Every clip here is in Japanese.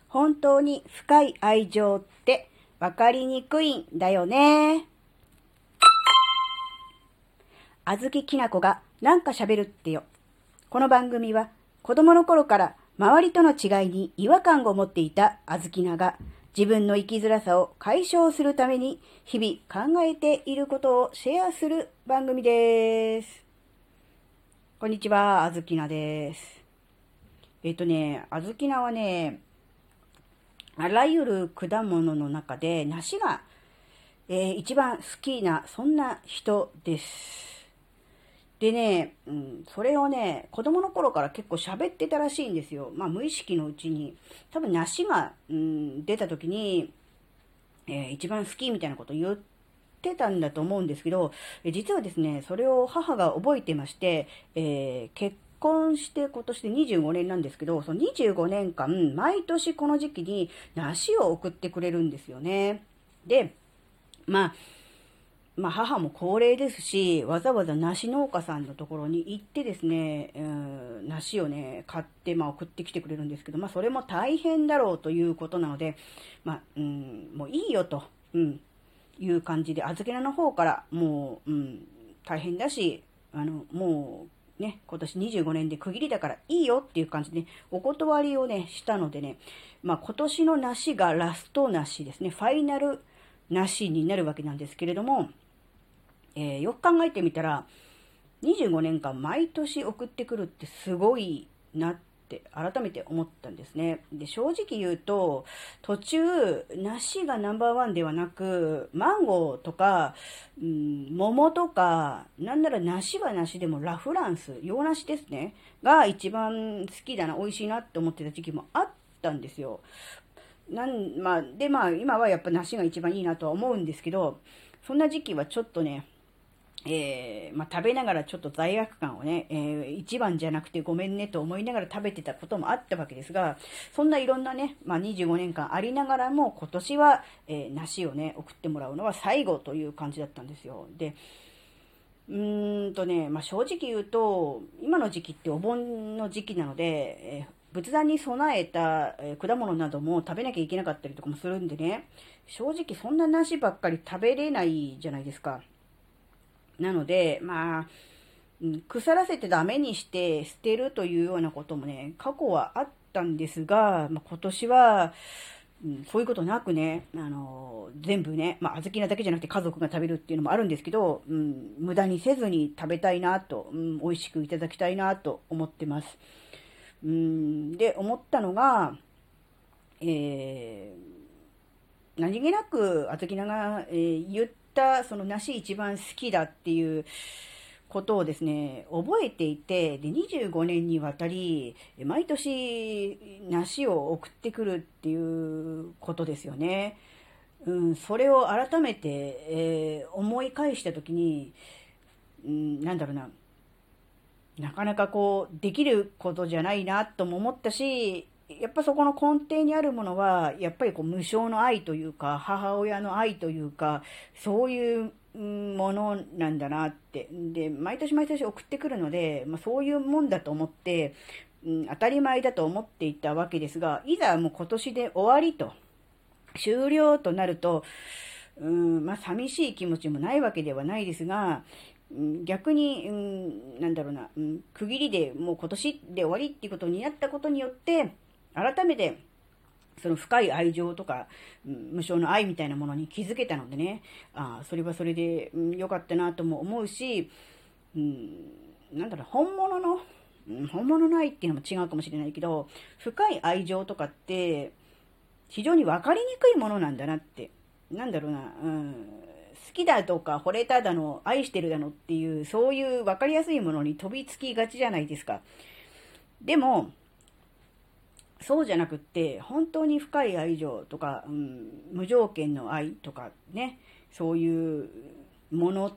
本当に深い愛情って分かりにくいんだよね。あずききなこがなんか喋るってよ。この番組は子供の頃から周りとの違いに違和感を持っていたあずきなが自分の生きづらさを解消するために日々考えていることをシェアする番組です。こんにちは、あずきなです。あずきなはね、あらゆる果物の中で梨が、一番好きな、そんな人です。でね、それをね、子供の頃から結構喋ってたらしいんですよ。まあ無意識のうちに。多分梨が、出た時に、一番好きみたいなことを言ってたんだと思うんですけど、実はですね、それを母が覚えてまして、結婚して今年で25年なんですけど、その25年間、毎年この時期に梨を送ってくれるんですよね。で、まあ、母も高齢ですし、わざわざ梨農家さんのところに行ってですね、梨をね、買って、送ってきてくれるんですけど、それも大変だろうということなので、もういいよと、いう感じで、あずきなの方から、もう、大変だし、もう、ね、今年25年で区切りだからいいよっていう感じで、ね、お断りをね、したのでね、今年の梨がラスト梨ですね、ファイナル梨になるわけなんですけれども、よく考えてみたら、25年間毎年送ってくるってすごいなって改めて思ったんですね。で、正直言うと、途中、梨がナンバーワンではなく、マンゴーとか、桃とか、なんなら梨は梨でもラフランス、洋梨ですね、が一番好きだな、美味しいなって思ってた時期もあったんですよ。今はやっぱ梨が一番いいなとは思うんですけど、そんな時期はちょっとね、食べながらちょっと罪悪感をね、一番じゃなくてごめんねと思いながら食べてたこともあったわけですが、そんないろんなね、25年間ありながらも今年は、梨をね、送ってもらうのは最後という感じだったんですよ。で、正直言うと、今の時期ってお盆の時期なので、仏壇に備えた、果物なども食べなきゃいけなかったりとかもするんでね、正直そんな梨ばっかり食べれないじゃないですか。なので、腐らせてダメにして捨てるというようなこともね、過去はあったんですが、今年は、そういうことなくね、全部ね、小豆なだけじゃなくて家族が食べるっていうのもあるんですけど、無駄にせずに食べたいなと、美味しくいただきたいなと思ってます。で、思ったのが、何気なくあずきなが、言ったその梨一番好きだっていうことをですね、覚えていて、で、25年にわたり、毎年梨を送ってくるっていうことですよね。それを改めて、思い返したときに、なんだろうな、なかなかこう、できることじゃないなとも思ったし、やっぱそこの根底にあるものは、やっぱりこう無償の愛というか、母親の愛というか、そういうものなんだなって。で、毎年毎年送ってくるので、そういうもんだと思って、当たり前だと思っていたわけですが、いざもう今年で終わりと、終了となると、寂しい気持ちもないわけではないですが、逆に、区切りでもう今年で終わりっていうことになったことによって、改めて、その深い愛情とか、無償の愛みたいなものに気づけたのでね、それはそれで、良かったなとも思うし、本物の愛っていうのも違うかもしれないけど、深い愛情とかって、非常に分かりにくいものなんだなって。好きだとか惚れただの、愛してるだのっていう、そういう分かりやすいものに飛びつきがちじゃないですか。でも、そうじゃなくって、本当に深い愛情とか、無条件の愛とかね、そういうものって、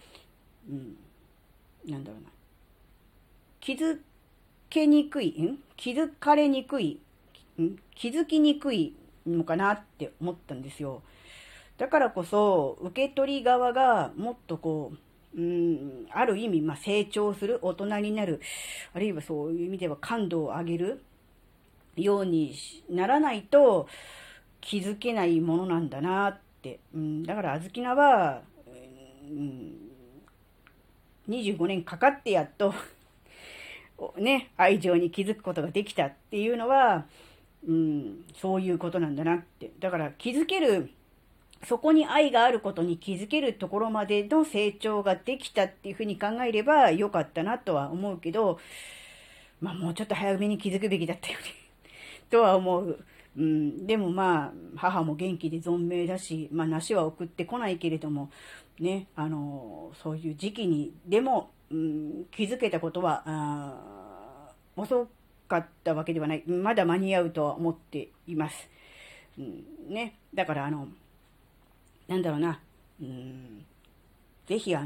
うん、なんだろうな、気づけにくい、気づかれにくい、気づきにくいのかなって思ったんですよ。だからこそ、受け取り側がもっとこう、ある意味、成長する、大人になる、あるいはそういう意味では感度を上げる、 ようにならないと気づけないものなんだなって。だからあずきなは、25年かかってやっとね、愛情に気づくことができたっていうのは、そういうことなんだなって。だから気づける、そこに愛があることに気づけるところまでの成長ができたっていうふうに考えればよかったなとは思うけど、もうちょっと早めに気づくべきだったよねとは思う。でも母も元気で存命だし、梨は送ってこないけれども、ね、そういう時期にでも、気づけたことは、遅かったわけではない。まだ間に合うとは思っています。ね、だからなんだろうな、ぜひ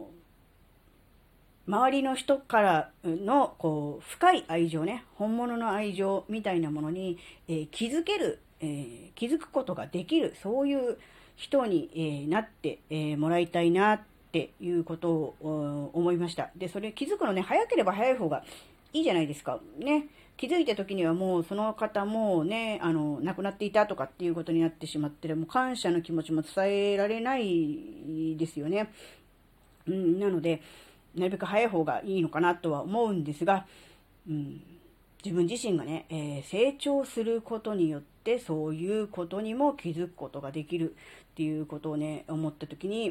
周りの人からの深い愛情ね、本物の愛情みたいなものに、気づける、気づくことができる、そういう人に、なって、もらいたいなっていうことを思いました。で、それ気づくのね、早ければ早い方がいいじゃないですか。ね。気づいた時にはもうその方もね、亡くなっていたとかっていうことになってしまってもう感謝の気持ちも伝えられないですよね。なので、なるべく早い方がいいのかなとは思うんですが、自分自身がね、成長することによってそういうことにも気づくことができるっていうことをね、思った時に、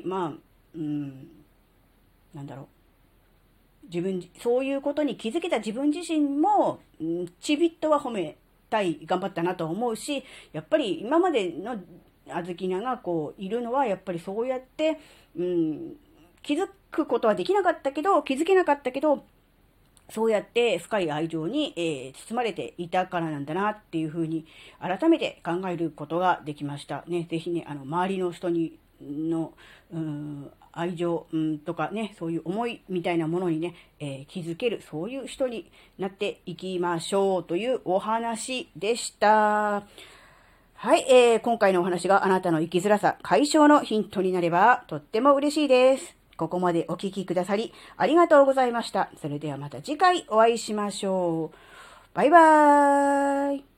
なんだろう。そういうことに気づけた自分自身も、ちびっとは褒めたい、頑張ったなと思うし、やっぱり今までのあずきながいるのは、やっぱりそうやって、気づくことはできなかったけど、気づけなかったけど、そうやって深い愛情に、包まれていたからなんだなっていうふうに改めて考えることができましたね。ぜひね、周りの人にの、愛情、とかね、そういう思いみたいなものにね、気づける、そういう人になっていきましょうというお話でした。はい、今回のお話があなたの生きづらさ解消のヒントになればとっても嬉しいです。ここまでお聞きくださりありがとうございました。それではまた次回お会いしましょう。バイバーイ。